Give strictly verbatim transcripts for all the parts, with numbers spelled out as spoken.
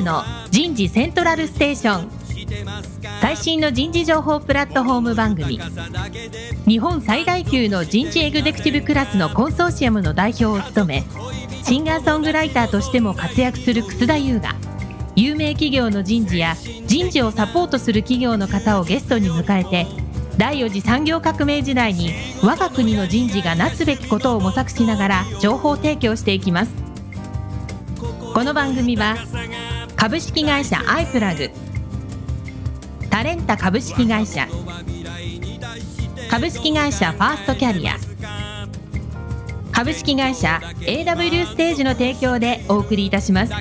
の人事セントラルステーション、最新の人事情報プラットフォーム番組。日本最大級の人事エグゼクティブクラスのコンソーシアムの代表を務め、シンガーソングライターとしても活躍する楠田優が、有名企業の人事や人事をサポートする企業の方をゲストに迎えて、第四次産業革命時代に我が国の人事がなすべきことを模索しながら情報提供していきます。この番組は株式会社アイプラグ、タレンタ株式会社、株式会社ファーストキャリア、株式会社 エーダブリュー ステージの提供でお送りいたします。 日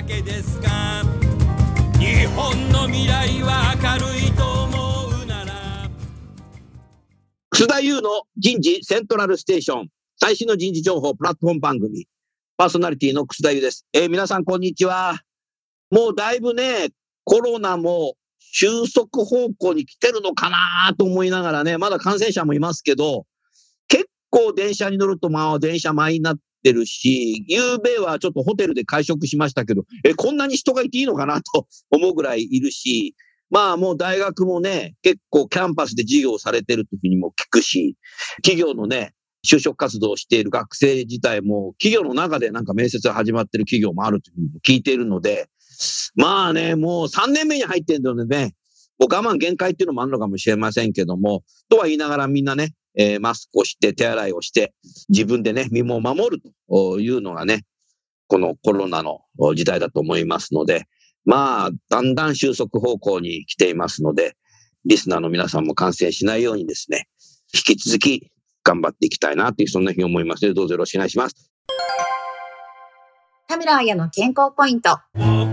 本の未来は明るいと思うなら。 楠田優の人事セントラルステーション、最新の人事情報プラットフォーム番組、パーソナリティの楠田優です。えー、皆さんこんにちは。もうだいぶね、コロナも収束方向に来てるのかなと思いながらね、まだ感染者もいますけど、結構電車に乗るとまあ電車満員になってるし、夕べはちょっとホテルで会食しましたけど、え、こんなに人がいていいのかなと思うぐらいいるし、まあもう大学もね、結構キャンパスで授業されてる時にも聞くし、企業のね、就職活動をしている学生自体も、企業の中でなんか面接が始まってる企業もあるというふうに聞いているので、まあね、もうさんねんめに入っているのでね、もう我慢限界っていうのもあるのかもしれませんけども、とは言いながらみんなね、えー、マスクをして手洗いをして、自分でね、身も守るというのがね、このコロナの時代だと思いますので、まあ、だんだん収束方向に来ていますので、リスナーの皆さんも感染しないようにですね、引き続き頑張っていきたいなという、そんなふうに思いますので、どうぞよろしくお願いします。 田村彩の健康ポイント。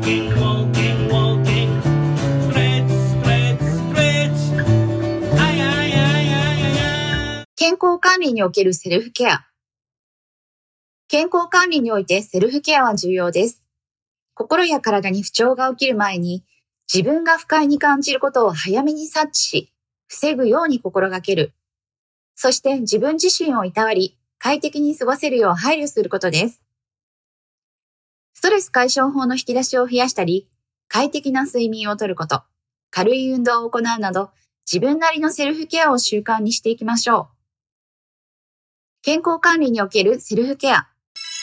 健康管理におけるセルフケア。健康管理においてセルフケアは重要です。心や体に不調が起きる前に、自分が不快に感じることを早めに察知し、防ぐように心がける。そして自分自身をいたわり、快適に過ごせるよう配慮することです。ストレス解消法の引き出しを増やしたり、快適な睡眠をとること、軽い運動を行うなど、自分なりのセルフケアを習慣にしていきましょう。健康管理におけるセルフケア。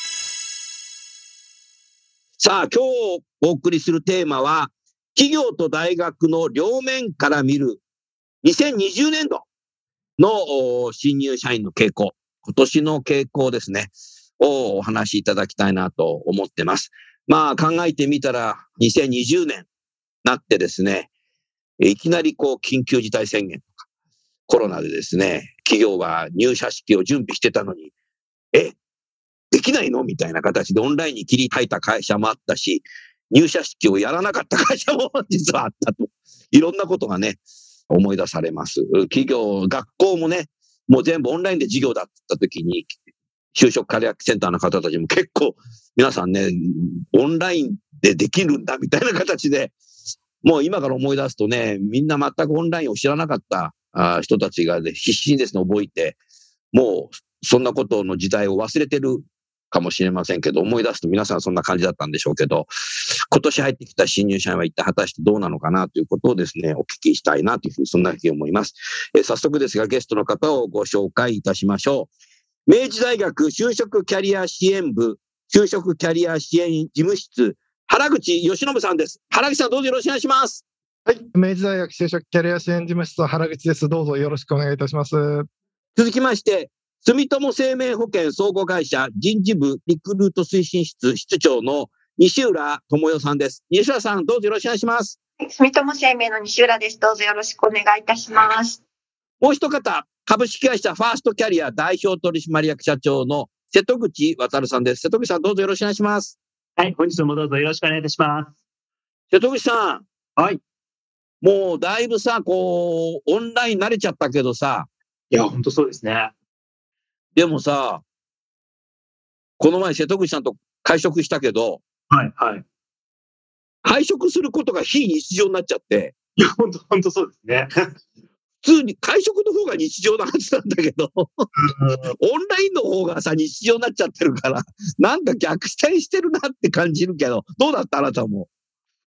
さあ、今日お送りするテーマは、企業と大学の両面から見るにせんにじゅうねんどの新入社員の傾向、今年の傾向ですね、をお話しいただきたいなと思ってます。まあ考えてみたらにせんにじゅうねんなってですね、いきなりこう緊急事態宣言とかコロナでですね、企業は入社式を準備してたのに、え、できないのみたいな形でオンラインに切り替えた会社もあったし、入社式をやらなかった会社も実はあったと。いろんなことがね、思い出されます。企業、学校もね、もう全部オンラインで授業だった時に、就職キャリアセンターの方たちも結構皆さんね、オンラインでできるんだみたいな形で、もう今から思い出すとね、みんな全くオンラインを知らなかった人たちが、ね、必死にですね、覚えて、もうそんなことの時代を忘れてるかもしれませんけど、思い出すと皆さんそんな感じだったんでしょうけど、今年入ってきた新入社員は一体果たしてどうなのかなということをですね、お聞きしたいなというふうに、そんなふうに思います。えー、早速ですが、ゲストの方をご紹介いたしましょう。明治大学就職キャリア支援部、就職キャリア支援事務室、原口義信さんです。原口さん、どうぞよろしくお願いします。 はい、明治大学就職キャリア支援事務室の原口です。どうぞよろしくお願いいたします。 続きまして、住友生命保険総合会社人事部リクルート推進室室長の西浦智代さんです。西浦さん、どうぞよろしくお願いします。 はい、住友生命の西浦です。どうぞよろしくお願いいたします。 もう一方、株式会社ファーストキャリア代表取締役社長の瀬戸口渉さんです。瀬戸口さん、どうぞよろしくお願いします。 はい、本日もどうぞよろしくお願いいたします。 瀬戸口さん。 はい。 もうだいぶさ、こう、オンライン慣れちゃったけどさ。 いや、本当そうですね。 でもさ、この前瀬戸口さんと会食したけど、 はいはい。 会食することが非日常になっちゃって。 いや、本当本当そうですね。 普通に会食の方が日常なはずなんだけど、オンラインの方がさ、日常になっちゃってるから、なんか逆転してるなって感じるけど、どうだったあなたも。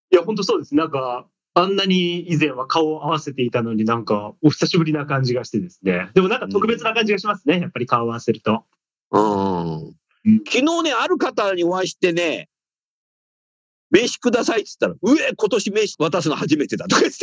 いや、本当そうです。なんか、あんなに以前は顔を合わせていたのになんか、お久しぶりな感じがしてですね。でもなんか特別な感じがしますね。やっぱり顔を合わせると。 うん。昨日ね、ある方にお会いしてね、名刺くださいって言ったら、うえ、今年名刺渡すの初めてだとか言って。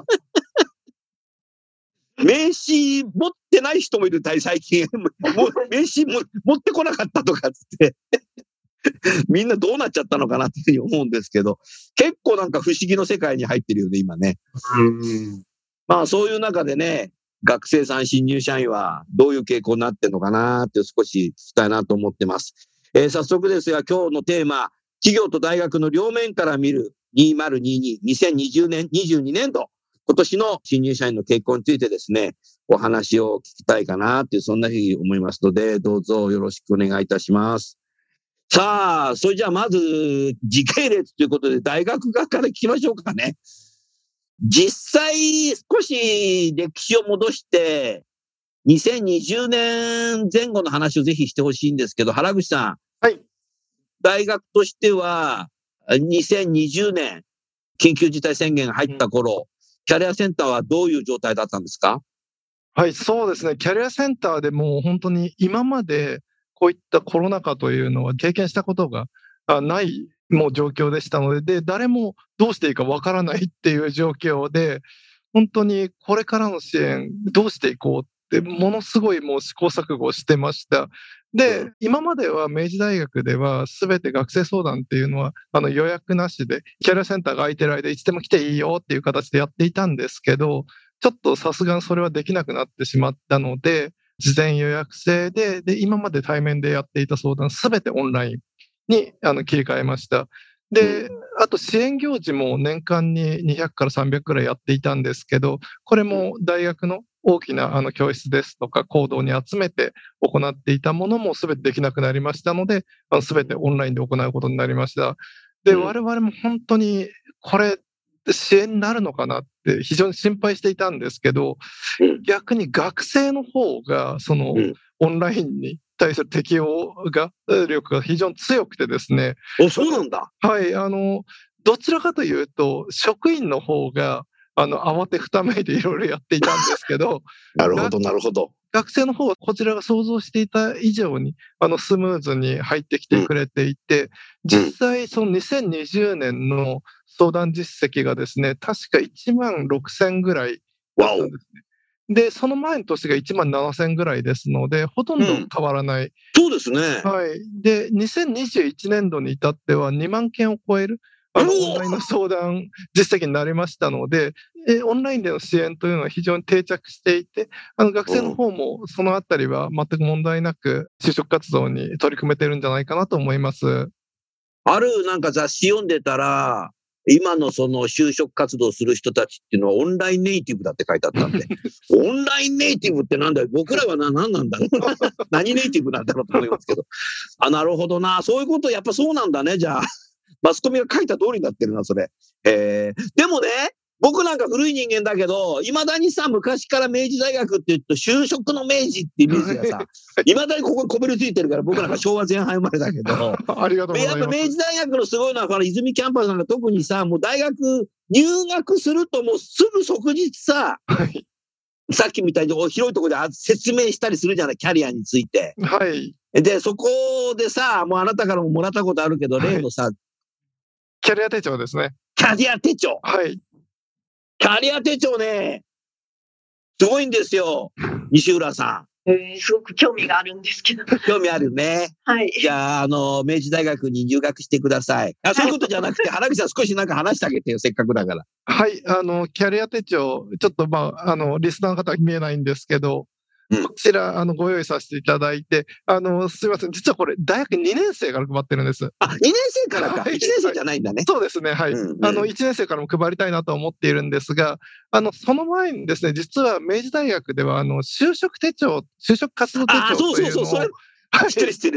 名刺持ってない人もいる、最近。もう名刺も持ってこなかったとかっつって。みんなどうなっちゃったのかなっていうふうに思うんですけど、結構なんか不思議の世界に入ってるよね、今ね。 うんまあそういう中でね、学生さん、新入社員はどういう傾向になってるのかなって少し聞きたいなと思ってます。えー、早速ですが、今日のテーマ、企業と大学の両面から見るにせんにじゅうに、にせんにじゅうねん、にじゅうにねんど、今年の新入社員の傾向についてですね、お話を聞きたいかなっていう、そんなふうに思いますので、どうぞよろしくお願いいたします。さあ、それじゃあまず時系列ということで大学側から聞きましょうかね。実際少し歴史を戻してにせんにじゅうねんぜん後の話をぜひしてほしいんですけど、原口さん。 はい。 大学としてはにせんにじゅうねん緊急事態宣言が入った頃、うん、キャリアセンターはどういう状態だったんですか？ はい、そうですね。キャリアセンターでもう本当に今までこういったコロナ禍というのは経験したことがないもう状況でしたので、で、誰もどうしていいかわからないっていう状況で、本当にこれからの支援どうしていこうって、ものすごいもう試行錯誤してました。で、今までは明治大学では全て学生相談っていうのはあの予約なしで、キャリアセンターが空いてる間いつでも来ていいよっていう形でやっていたんですけど、ちょっとさすがにそれはできなくなってしまったので、事前予約制で、で、今まで対面でやっていた相談すべてオンラインにあの切り替えました。で、あと支援行事も年間ににひゃくからさんびゃくくらいやっていたんですけど、これも大学の大きなあの教室ですとか講堂に集めて行っていたものもすべてできなくなりましたので、すべてオンラインで行うことになりました。で、我々も本当にこれ支援になるのかなって非常に心配していたんですけど、逆に学生の方がそのオンラインに対する適応が力が非常に強くてですね。 お、そうなんだ。 はい、あのどちらかというと職員の方があの慌てふためいていろいろやっていたんですけど、 なるほどなるほど。 学生の方はこちらが想像していた以上にあのスムーズに入ってきてくれていて、うん、実際そのにせんにじゅうねんの相談実績がですね、確かいちまんろくせんぐらいだったんですね。で、その前の年がいちまんななせんぐらいですので、ほとんど変わらない。うん、 そうですね。 はい。で、にせんにじゅういちねんどに至ってはにまんけんを超えるあのオンラインの相談実績になりましたので、えオンラインでの支援というのは非常に定着していて、あの学生の方もそのあたりは全く問題なく就職活動に取り組めてるんじゃないかなと思います。 あるなんか雑誌読んでたら、今のその就職活動する人たちっていうのはオンラインネイティブだって書いてあったんで、オンラインネイティブってなんだよ、僕らはな何なんだろう何ネイティブなんだろうと思いますけど、あ、なるほどな、そういうことやっぱそうなんだね。じゃあマスコミが書いた通りになってるな、それ。えー、でもね、僕なんか古い人間だけど、いまだにさ、昔から明治大学って言うと、就職の明治ってイメージがさ、いまだにここにこびりついてるから、僕なんか昭和前半生まれだけど、 ありがとうございます。 やっぱ明治大学のすごいのは、この泉キャンパスなんか特にさ、もう大学入学するともうすぐ即日さ、はい、さっきみたいに広いところで説明したりするじゃない、キャリアについて。 はい。 で、そこでさ、もうあなたからももらったことあるけど、例のさ、はい、 キャリア手帳ですね。 キャリア手帳。 はい。 キャリア手帳ね、すごいんですよ、西浦さん。えー、すごく興味があるんですけど。 興味あるね。 はい。 じゃあ、あの、明治大学に入学してください。あ、そういうことじゃなくて、原口さん少しなんか話してあげてよ、せっかくだから。 はい、あの、キャリア手帳、ちょっとまあ、あの、リスナーの方は見えないんですけど、うん、こちら、あの、ご用意させていただいて、あの、すいません。実はこれ、大学にねんせいから配ってるんです。 あ、にねんせいからか。はい、いちねんせいじゃないんだね。 そうですね。はい。うんうん、あの、いちねんせいからも配りたいなと思っているんですが、あの、その前にですね、実は明治大学では、あの、就職手帳、就職活動手帳というのを。 あ、そうそうそう、それ、知ってる知ってる。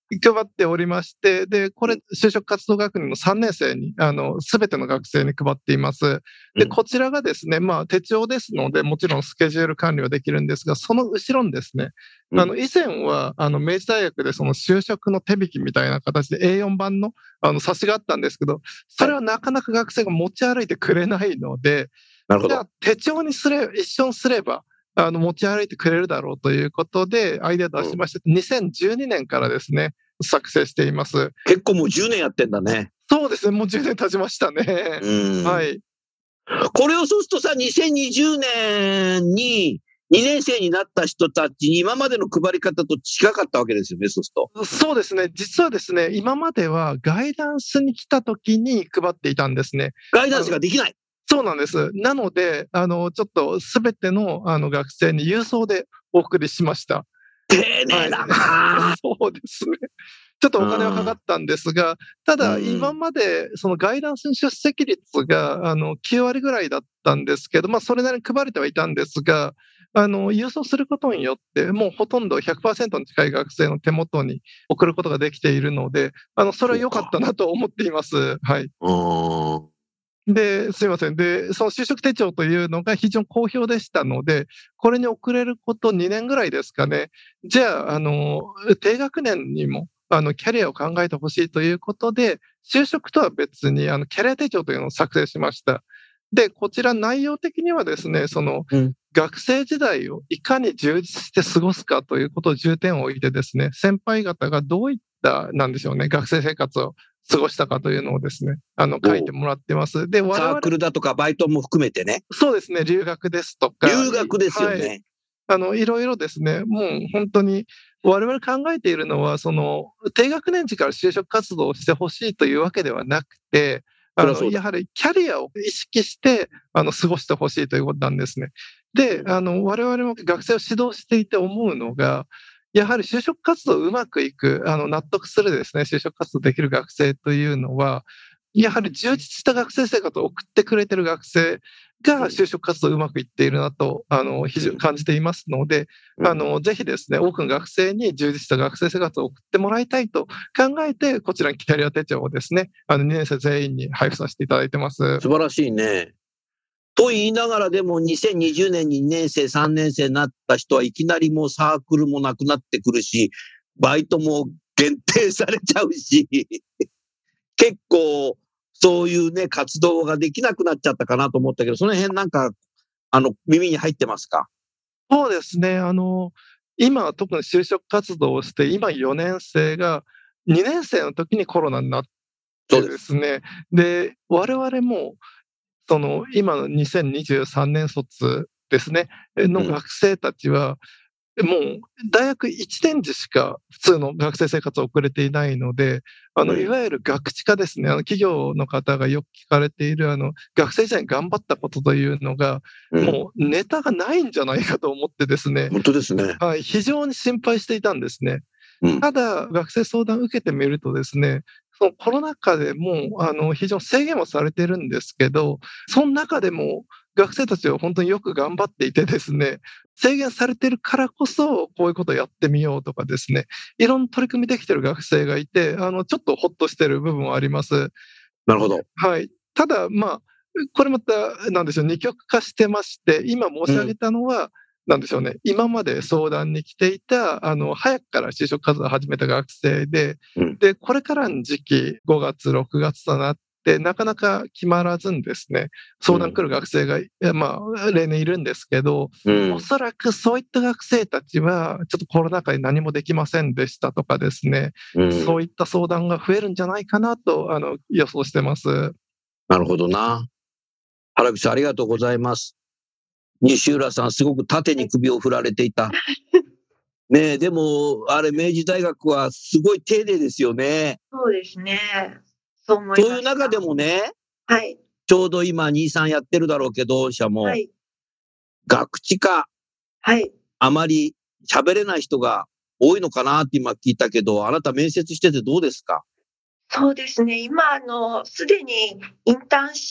配っておりまして、で、これ、就職活動学年のさんねん生に、あの、すべての学生に配っています。で、こちらがですね、まあ、手帳ですので、もちろんスケジュール管理はできるんですが、その後ろにですね、あの、以前は、あの、明治大学でその就職の手引きみたいな形で エーよん 版の、あの、冊子があったんですけど、それはなかなか学生が持ち歩いてくれないので、 なるほど。 じゃあ手帳にすれ、一緒にすれば、あの、持ち歩いてくれるだろうということで、アイデア出しまして、うん、にせんじゅうにねんからですね、作成しています。 結構もうじゅうねんやってんだね。 そうですね、もうじゅうねん経ちましたね。 うん。 はい。 これをそうするとさ、にせんにじゅうねんににねん生になった人たちに今までの配り方と近かったわけですよね、そうすると。 そうですね。実はですね、今まではガイダンスに来た時に配っていたんですね。 ガイダンスができない。 そうなんです。なので、あの、ちょっとすべてのあの学生に郵送でお送りしました。 丁寧だな、はい、そうですね。ちょっとお金はかかったんですが、ただ今までそのガイダンス出席率があのきゅうわりぐらいだったんですけど、まあそれなりに配れてはいたんですが、あの、郵送することによって、もうほとんど ひゃくパーセント に近い学生の手元に送ることができているので、あの、それは良かったなと思っています。はい。で、すいません。で、その就職手帳というのが非常に好評でしたので、これに遅れることにねんぐらいですかね。じゃあ、あの、低学年にも、あの、キャリアを考えてほしいということで、就職とは別に、あの、キャリア手帳というのを作成しました。で、こちら内容的にはですね、その、うん、学生時代をいかに充実して過ごすかということを重点を置いてですね、先輩方がどういった、なんでしょうね、学生生活を過ごしたかというのをですね、あの、書いてもらってます。 で、我々サークルだとかバイトも含めてね。 そうですね、留学ですとか。 留学ですよね。はい、 あの、いろいろですね、もう本当に、我々考えているのは、その、低学年時から就職活動をしてほしいというわけではなくて、あの、やはりキャリアを意識して、あの、過ごしてほしいということなんですね。で、あの、我々も学生を指導していて思うのが、やはり就職活動うまくいく、あの、納得するですね、就職活動できる学生というのは、やはり充実した学生生活を送ってくれてる学生が就職活動うまくいっているなと、あの、非常に感じていますので、あの、ぜひですね、多くの学生に充実した学生生活を送ってもらいたいと考えて、こちらにキャリア手帳をですね、あの、にねん生全員に配布させていただいてます。 素晴らしいね。と言いながらでもにせんにじゅうねんににねん生、さんねん生になった人はいきなりもうサークルもなくなってくるし、バイトも限定されちゃうし、結構そういうね、活動ができなくなっちゃったかなと思ったけど、その辺なんか、あの、耳に入ってますか？ そうですね。あの、今特に就職活動をして、今よねん生がにねん生の時にコロナになってですね。で、我々も、その今のにせんにじゅうさんねん卒ですね、の学生たちは、うん、もう大学いちねん時しか普通の学生生活を送れていないので、あの、いわゆる学知化ですね、あの企業の方がよく聞かれている、あの、学生時代に頑張ったことというのが、うん、もうネタがないんじゃないかと思ってですね。 本当ですね。 はい、非常に心配していたんですね。うん、ただ、学生相談を受けてみるとですね、そのコロナ禍でもあの非常に制限はされてるんですけど、その中でも学生たちは本当によく頑張っていてですね、制限されてるからこそこういうことをやってみようとかですね、いろんな取り組みできてる学生がいて、あのちょっとほっとしてる部分はあります。 なるほど。 はい。ただ、まあ、これまた、なんでしょう、二極化してまして、今申し上げたのは、うんなんでしょうね。今まで相談に来ていた、あの、早くから就職活動を始めた学生で、うん、で、これからの時期、ごがつ、ろくがつとなって、なかなか決まらずにですね、相談来る学生が、うん、まあ、例年いるんですけど、うん、おそらくそういった学生たちは、ちょっとコロナ禍で何もできませんでしたとかですね、うん、そういった相談が増えるんじゃないかなと、あの、予想してます。 なるほどな。原口さん、ありがとうございます。西浦さん、すごく縦に首を振られていた。ねえ、でも、あれ、明治大学はすごい丁寧ですよね。 そうですね。そう思います。 そういう中でもね、 はい。 ちょうど今、にさんやってるだろうけど、社も、はい、学知化、 はい。 あまり喋れない人が多いのかなって今聞いたけど、あなた面接しててどうですか？ そうですね。今、あの、すでにインターンシッ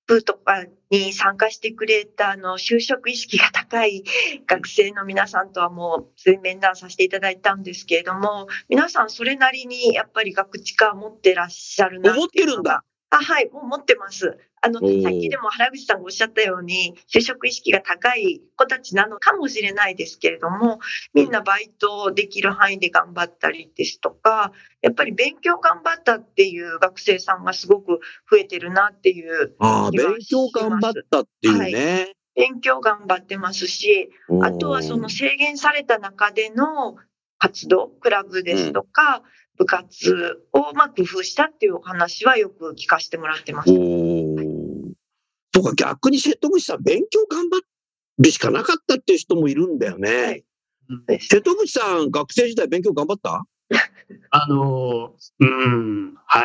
プとかに参加してくれたあの就職意識が高い学生の皆さんとはもう面談させていただいたんですけれども、皆さんそれなりにやっぱりガクチカを持ってらっしゃるな思ってるんだ。 あ、はい、もう持ってます。あの、さおーっきでも原口さんがおっしゃったように、就職意識が高い子たちなのかもしれないですけれども、みんなバイトできる範囲で頑張ったりですとか、やっぱり勉強頑張ったっていう学生さんがすごく増えてるなっていうああ、 気は勉強頑張ったっていうね。 勉強頑張ってますし、あとはその制限された中での活動、クラブですとか、部活をまあ工夫したっていうお話はよく聞かせてもらってます。 おー。そうか、逆に瀬戸口さん、勉強頑張るしかなかったっていう人もいるんだよね。 はい瀬戸口さん、学生時代勉強頑張った？ あのー、うーん、はい。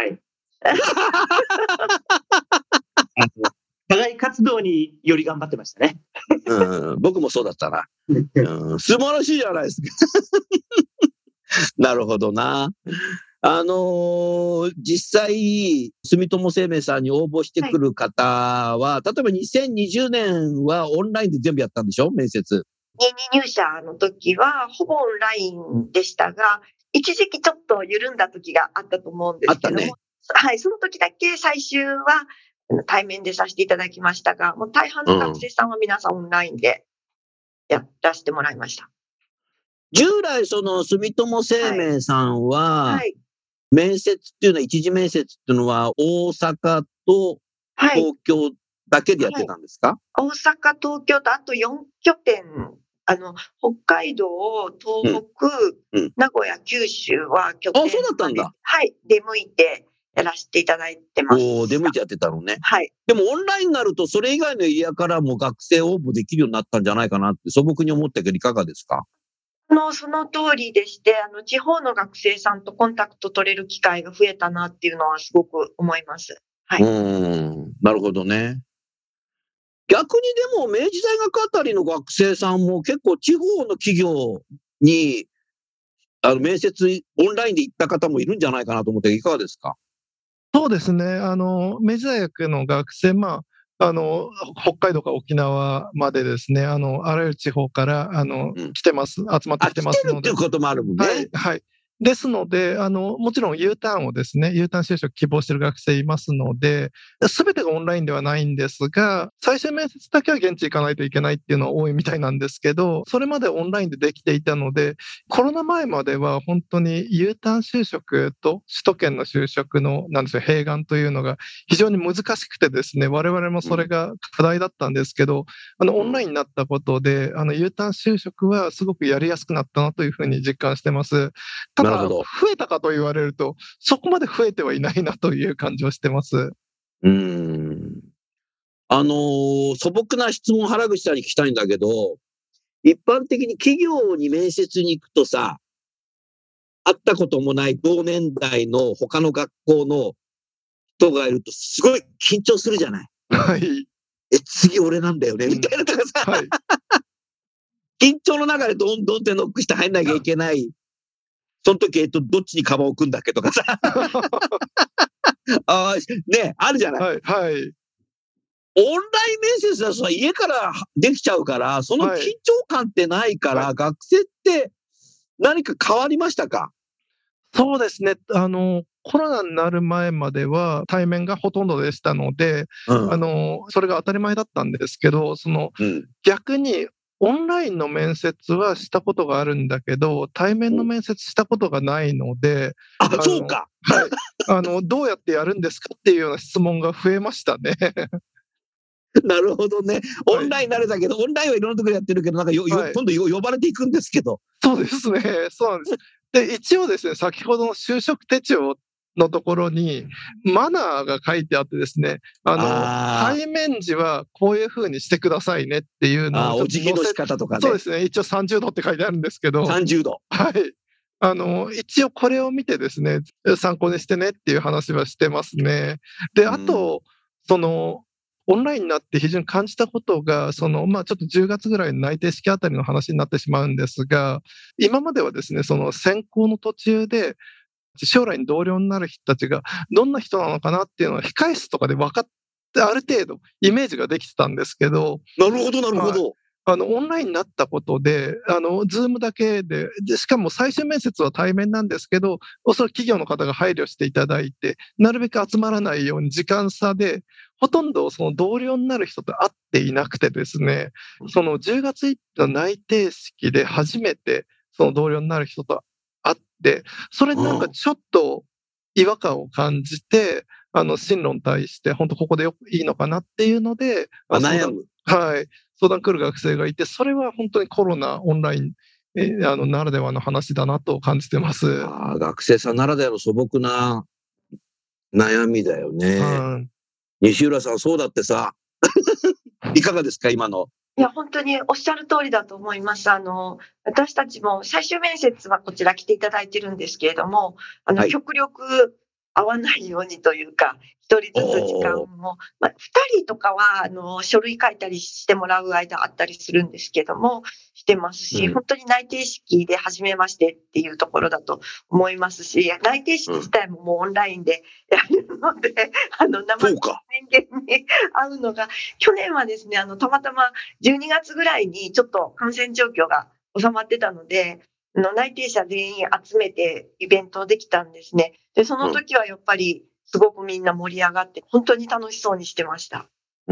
あの課外活動により頑張ってましたね。 うん、僕もそうだったな。うん、素晴らしいじゃないですか。なるほどな。あのー実際、住友生命さんに応募してくる方は、例えばにせんにじゅうねんはオンラインで全部やったんでしょ？面接。 に入社の時はほぼオンラインでしたが、一時期ちょっと緩んだ時があったと思うんですけども、 あったね。 はい、その時だけ最終は対面でさせていただきましたが、もう大半の学生さんは皆さんオンラインでやらせてもらいました。 従来、その住友生命さんは、 はい、 面接っていうのは、一次面接っていうのは、大阪とはい、 東京だけでやってたんですか？ 大阪、東京とあとよん拠点、あの北海道、東北、 うんうん名古屋、九州は拠点あ、そうだったんだ。 はい、出向いてやらせていただいてます。 おー、出向いてやってたのね。 はい。 でもオンラインになると、それ以外のエリアからも学生応募できるようになったんじゃないかなって素朴に思ったけど、いかがですか？ あのその通りでして、あの地方の学生さんとコンタクト取れる機会が増えたなっていうのはすごく思います。はい。 うーん、なるほどね。逆にでも、明治大学あたりの学生さんも結構地方の企業に、あの面接オンラインで行った方もいるんじゃないかなと思って、いかがですか？ そうですね。あの、明治大学の学生、まあ、あの、北海道から沖縄までですね、あの、あらゆる地方から、あの、 うん来てます、集まってあ、 きて来ますのでてるっていう。こともあるもんね。 はい、はい。ですので、あの、もちろん U ターンをですね、U ターン就職希望している学生いますので、すべてがオンラインではないんですが、最終面接だけは現地行かないといけないっていうのは多いみたいなんですけど、それまでオンラインでできていたので、コロナ前までは本当に U ターン就職と首都圏の就職の、なんでしょう、併願というのが非常に難しくてですね、我々もそれが課題だったんですけど、あの、オンラインになったことで、あの、U ターン就職はすごくやりやすくなったなというふうに実感してます。ただ、 なるほど。 増えたかと言われると、そこまで増えてはいないなという感じをしてます。 うーん。あのー素朴な質問、原口さんに聞きたいんだけど、一般的に企業に面接に行くとさ、会ったこともない同年代の他の学校の人がいると、すごい緊張するじゃない。 はい。 え、次俺なんだよね、みたいなとかさ、 はい。 緊張の中でどんどんってノックして入んなきゃいけない。その時、えっと、どっちにカバン置くんだっけとかさ。あーね、あるじゃない。 はい。はい。 オンライン面接だとさ、家からできちゃうから、その緊張感ってないから、 はい学生って何か変わりましたか？ そうですね。あの、コロナになる前までは対面がほとんどでしたので、 うん。 あの、それが当たり前だったんですけど、そのうん。 逆にオンラインの面接はしたことがあるんだけど、対面の面接したことがないので、 あ、 のそうか。 はい。あの、どうやってやるんですかっていうような質問が増えましたね。 なるほどね。オンライン慣れたけど、オンラインはいろんなところでやってるけど、なんかよ、よはい今度よ呼ばれていくんですけど。 そうですね。そうなんです。で、一応ですね、先ほどの就職手帳のところに、マナーが書いてあってですね、あの、 あー対面時はこういうふうにしてくださいねっていうのあー、 をお辞儀の仕ちょっと載せ方とかね。 そうですね。一応さんじゅうどって書いてあるんですけど、 さんじゅうど。 はい。あの、一応これを見てですね、参考にしてねっていう話はしてますね。で、あと、その、オンラインになって非常に感じたことが、その、まあちょっとじゅうがつぐらいの内定式あたりの話になってしまうんですが、今まではですね、その選考の途中で、将来に同僚になる人たちがどんな人なのかなっていうのは控室とかで分かっある程度イメージができてたんですけど、 なるほど、なるほど。 あの、オンラインになったことで、あの、ズームだけで、で、しかも最終面接は対面なんですけど、おそらく企業の方が配慮していただいて、なるべく集まらないように時間差で、ほとんどその同僚になる人と会っていなくてですね、そのじゅうがつついたちの内定式で初めてその同僚になる人と会って、それでなんかちょっと違和感を感じて、あの、進路に対して本当ここでよいいのかなっていうので、 あ悩む。 はい。相談来る学生がいて、それは本当にコロナ、オンライン、えあのならではの話だなと感じてます。 ああ、学生さんならではの素朴な悩みだよね。 はい、 西浦さん、そうだってさ。いかがですか、今の。 いや、本当におっしゃる通りだと思います。あの、私たちも最終面接はこちら来ていただいてるんですけれども、あの、 はい、 極力合わないようにというか、一人ずつ時間を、まあ、二人とかは、あの、書類書いたりしてもらう間あったりするんですけども、してますし、うん、本当に内定式で初めましてっていうところだと思いますし、内定式自体ももうオンラインでやるので、うん、あの、生の人間に会うのが、去年はですね、あの、たまたまじゅうにがつぐらいにちょっと感染状況が収まってたので、の内定者全員集めてイベントできたんですね。で、その時はやっぱりすごくみんな盛り上がって、本当に楽しそうにしてました。 うん。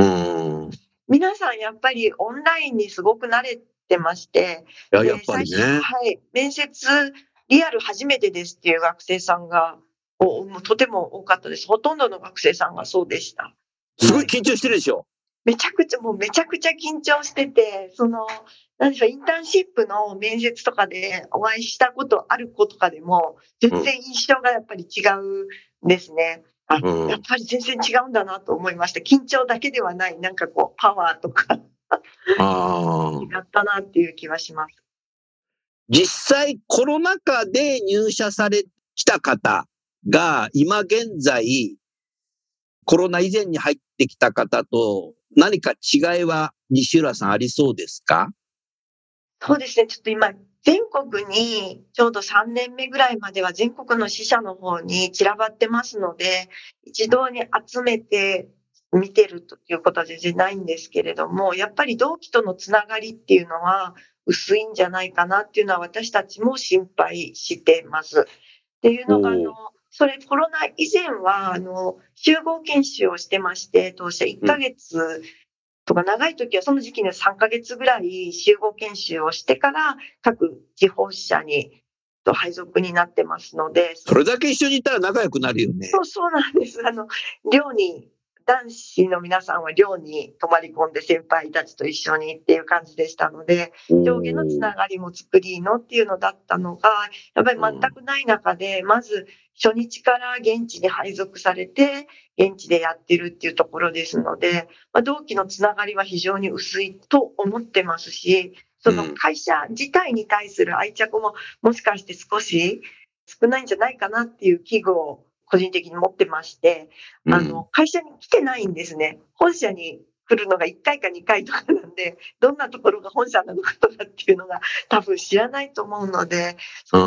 皆さんやっぱりオンラインにすごく慣れてまして、 いや、やっぱりね。 はい。面接、リアル初めてですっていう学生さんが、おもうとても多かったです。ほとんどの学生さんがそうでした。 すごい緊張してるでしょ。 めちゃくちゃ、もうめちゃくちゃ緊張してて、その、なんでしょう、インターンシップの面接とかでお会いしたことある子とかでも、全然印象がやっぱり違うんですね。あ、うん、やっぱり全然違うんだなと思いました。緊張だけではない、なんかこう、パワーとか、 あ違ったなっていう気はします。 実際、コロナ禍で入社されきた方が、今現在、コロナ以前に入ってきた方と、何か違いは西浦さんありそうですか？ そうですね。ちょっと今、全国にちょうどさんねんめぐらいまでは全国の支社の方に散らばってますので、一堂に集めて見てるということは全然ないんですけれども、やっぱり同期とのつながりっていうのは薄いんじゃないかなっていうのは私たちも心配してます。っていうのが、あの、それコロナ以前は、あの、集合研修をしてまして、当社いっかげつとか長い時はその時期にはさんかげつぐらい集合研修をしてから各地方支社にと配属になってますので。 それだけ一緒にいたら仲良くなるよね。 そう、そうなんです。あの、寮に、男子の皆さんは寮に泊まり込んで先輩たちと一緒にっていう感じでしたので、上下のつながりも作りのっていうのだったのが、やっぱり全くない中で、まず初日から現地に配属されて、現地でやってるっていうところですので、まあ、同期のつながりは非常に薄いと思ってますし、その会社自体に対する愛着ももしかして少し少ないんじゃないかなっていう危惧を個人的に持ってまして、あの、会社に来てないんですね。本社に来るのがいっかいかにかいとかなんで、どんなところが本社なのかとかっていうのが多分知らないと思うので。 うん。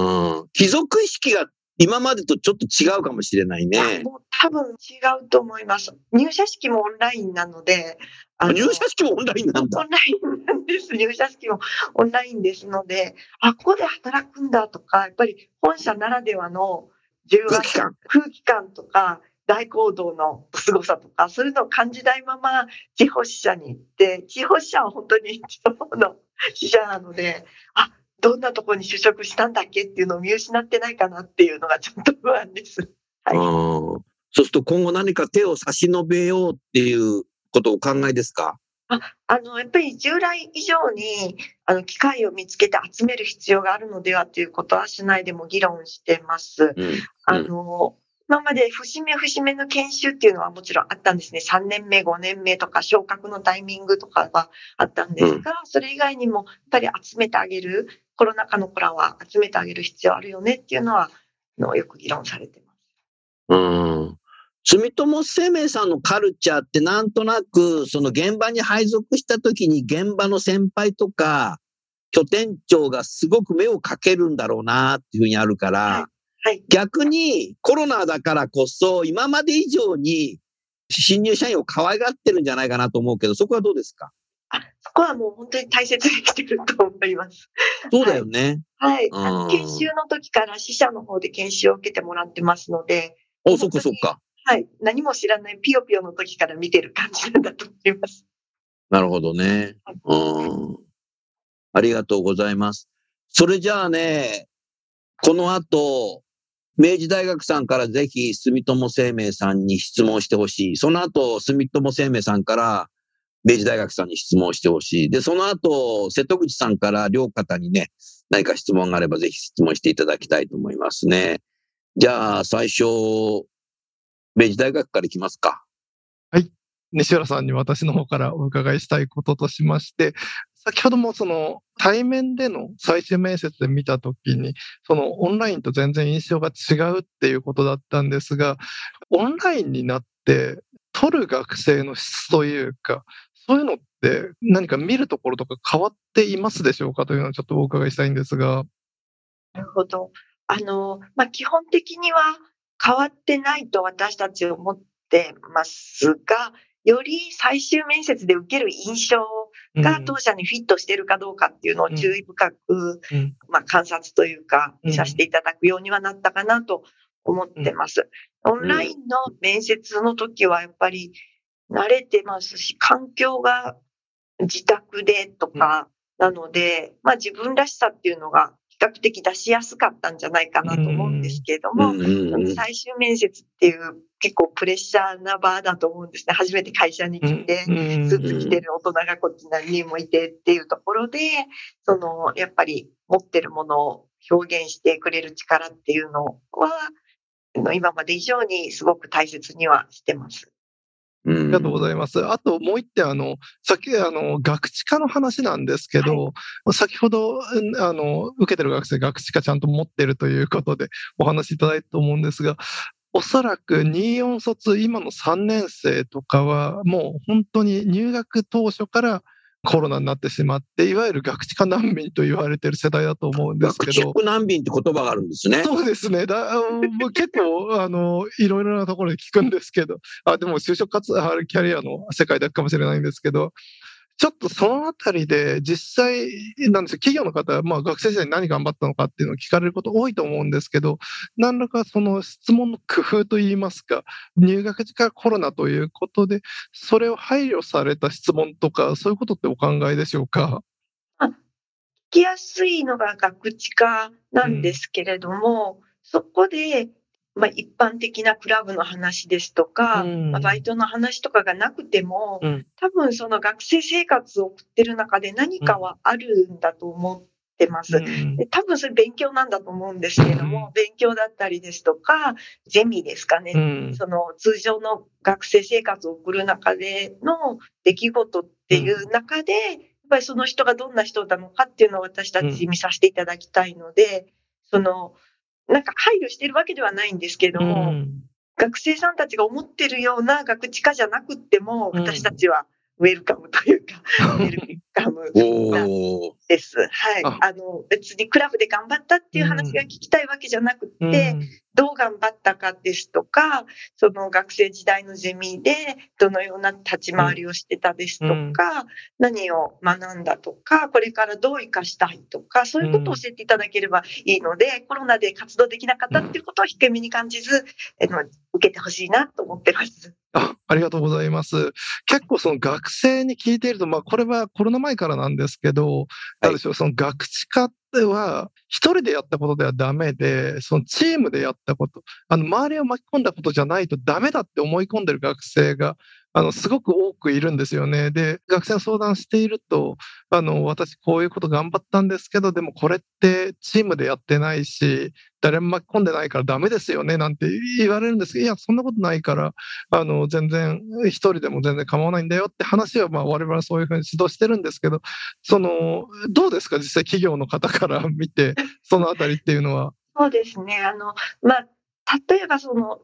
帰属意識が今までとちょっと違うかもしれないね。 もう多分違うと思います。入社式もオンラインなので。 あ入社式もオンラインなんだ。 オンラインなんです。入社式もオンラインですので、あ、ここで働くんだとか、やっぱり本社ならではの重圧、 空気感。 空気感とか、大行動の凄さとか、そういうのを感じないまま地方支社に行って、地方支社は本当に地方の支社なので、あ、どんなところに就職したんだっけっていうのを見失ってないかなっていうのがちょっと不安です。はい。 そうすると今後何か手を差し伸べようっていうことをお考えですか？ あ、あの、やっぱり従来以上に、あの、機会を見つけて集める必要があるのではということは、社内でも議論してます。 うんうん、 あの、今まで節目節目の研修っていうのはもちろんあったんですね。さんねんめ、ごねんめとか昇格のタイミングとかがあったんですが、うん、それ以外にもやっぱり集めてあげる、コロナ禍の子らは集めてあげる必要あるよねっていうのは、のよく議論されてます。 うん。住友生命さんのカルチャーってなんとなく、その現場に配属した時に現場の先輩とか、拠点長がすごく目をかけるんだろうなっていうふうにあるから、 はいはい、 逆にコロナだからこそ今まで以上に新入社員を可愛がってるんじゃないかなと思うけど、そこはどうですか？ あ、そこはもう本当に大切にしてると思います。 そうだよね。 はい。 うんあの研修の時から支社の方で研修を受けてもらってますので、 お、そっかそっか。 はい。何も知らないピヨピヨの時から見てる感じなんだと思います。 なるほどね。うん。ありがとうございます。それじゃあね、この後、明治大学さんからぜひ住友生命さんに質問してほしい。その後、住友生命さんから明治大学さんに質問してほしい。で、その後、瀬戸口さんから両方にね、何か質問があればぜひ質問していただきたいと思いますね。じゃあ、最初、明治大学からいきますか。 はい。西浦さんに私の方からお伺いしたいこととしまして、先ほどもその対面での最終面接で見たときに、そのオンラインと全然印象が違うっていうことだったんですが、オンラインになって取る学生の質というか、そういうのって何か見るところとか変わっていますでしょうかというのをちょっとお伺いしたいんですが。 なるほど。あの、まあ、基本的には変わってないと私たち思ってますが、より最終面接で受ける印象が当社にフィットしているかどうかっていうのを注意深く、 うんまあ、観察というかうんさせていただくようにはなったかなと思ってます。オンラインの面接の時はやっぱり慣れてますし、環境が自宅でとかなので、まあ、自分らしさっていうのが比較的出しやすかったんじゃないかなと思うんですけれども、 うんうんうん最終面接っていう結構プレッシャーな場だと思うんですね。初めて会社に来て、スーツ着てる大人がこっちに何人もいてっていうところで、そのやっぱり持ってるものを表現してくれる力っていうのは、今まで以上にすごく大切にはしてます。 ありがとうございます。あともう一点、あの、さっき、あの、学知化の話なんですけど、はい、先ほど、あの、受けてる学生、学知化ちゃんと持ってるということでお話しいただいたと思うんですが、おそらくにじゅうよん卒、今のさんねん生とかは、もう本当に入学当初からコロナになってしまって、いわゆる学知化難民と言われている世代だと思うんですけど。 学知化難民って言葉があるんですね。 そうですね。だ結構、あの、いろいろなところで聞くんですけど、あ、でも就職活動、キャリアの世界だけかもしれないんですけど、ちょっとそのあたりで実際なんですよ、企業の方は、まあ、学生時代に何頑張ったのかっていうのを聞かれること多いと思うんですけど、何らかその質問の工夫といいますか、入学時からコロナということで、それを配慮された質問とか、そういうことってお考えでしょうか？ あ、聞きやすいのが学知化なんですけれども、うん、そこで、まあ、一般的なクラブの話ですとか、うんまあ、バイトの話とかがなくても、うん、多分その学生生活を送ってる中で何かはあるんだと思ってます。うん、で多分それ勉強なんだと思うんですけれども、うん、勉強だったりですとか、ゼミですかね、うん、その通常の学生生活を送る中での出来事っていう中で、やっぱりその人がどんな人なのかっていうのを私たち見させていただきたいので、そのなんか配慮してるわけではないんですけれども、うん、学生さんたちが思ってるような学知化じゃなくっても、私たちはウェルカムというか、ウェルカムです。はい。あ, あの、別にクラブで頑張ったっていう話が聞きたいわけじゃなくって、うん、どう頑張ったかですとか、その学生時代のゼミでどのような立ち回りをしてたですとか、うん、何を学んだとか、これからどう生かしたいとか、そういうことを教えていただければいいので、コロナで活動できなかったっていうことを引け目に感じず、あの受けてほしいなと思ってます。 あ、ありがとうございます。結構その学生に聞いていると、まあこれはコロナ前からなんですけど、なんでしょう、その学知化っては一人でやったことではダメで、そのチームでやったこと、あの周りを巻き込んだことじゃないとダメだって思い込んでる学生があのすごく多くいるんですよね。で、学生の相談していると、あの私こういうこと頑張ったんですけど、でもこれってチームでやってないし、誰も巻き込んでないからダメですよねなんて言われるんですけど、いやそんなことないから、あの全然一人でも全然構わないんだよって話は、まあ我々はそういうふうに指導してるんですけど、そのどうですか実際企業の方から見てそのあたりっていうのは。 そうですね。あのまあ例えばその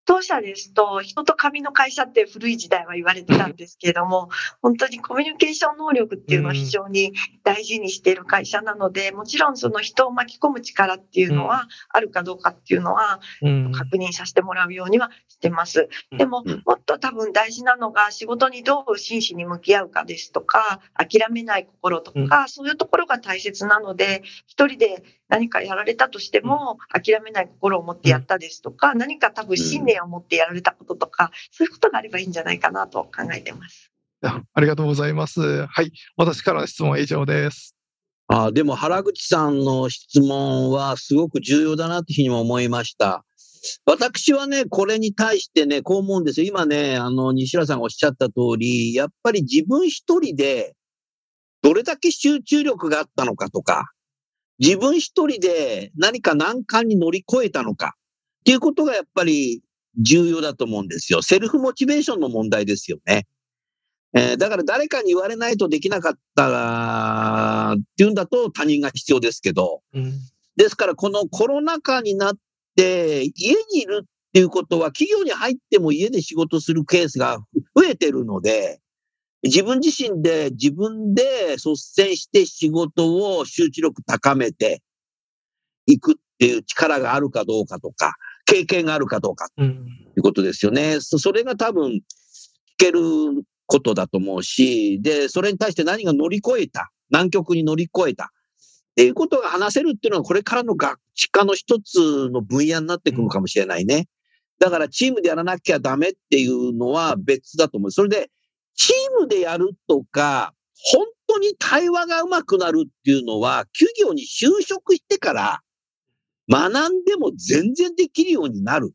当社ですと、人と紙の会社って古い時代は言われてたんですけれども、本当にコミュニケーション能力っていうのを非常に大事にしている会社なので、もちろんその人を巻き込む力っていうのはあるかどうかっていうのは確認させてもらうようにはしてます。でも、もっと多分大事なのが仕事にどう真摯に向き合うかですとか、諦めない心とか、そういうところが大切なので、一人で何かやられたとしても諦めない心を持ってやったですとか、何か多分信念を持ってやられたこととか、そういうことがあればいいんじゃないかなと考えてます。 あ、ありがとうございます。はい、私からの質問は以上です。 あ、でも原口さんの質問はすごく重要だなというふうにも思いました。私はね、これに対してね、こう思うんですよ。今ね、あの、西浦さんがおっしゃった通り、やっぱり自分一人でどれだけ集中力があったのかとか、自分一人で何か難関に乗り越えたのかっていうことがやっぱり重要だと思うんですよ。セルフモチベーションの問題ですよね。えー、だから誰かに言われないとできなかったっていうんだと他人が必要ですけど、うん、ですからこのコロナ禍になって家にいるっていうことは企業に入っても家で仕事するケースが増えてるので、自分自身で自分で率先して仕事を集中力高めていくっていう力があるかどうかとか、経験があるかどうかということですよね。うん、それが多分聞けることだと思うし、で、それに対して何が乗り越えた、難局に乗り越えたっていうことが話せるっていうのはこれからの学知化の一つの分野になってくるかもしれないね。だからチームでやらなきゃダメっていうのは別だと思う。それでチームでやるとか、本当に対話がうまくなるっていうのは、企業に就職してから学んでも全然できるようになる。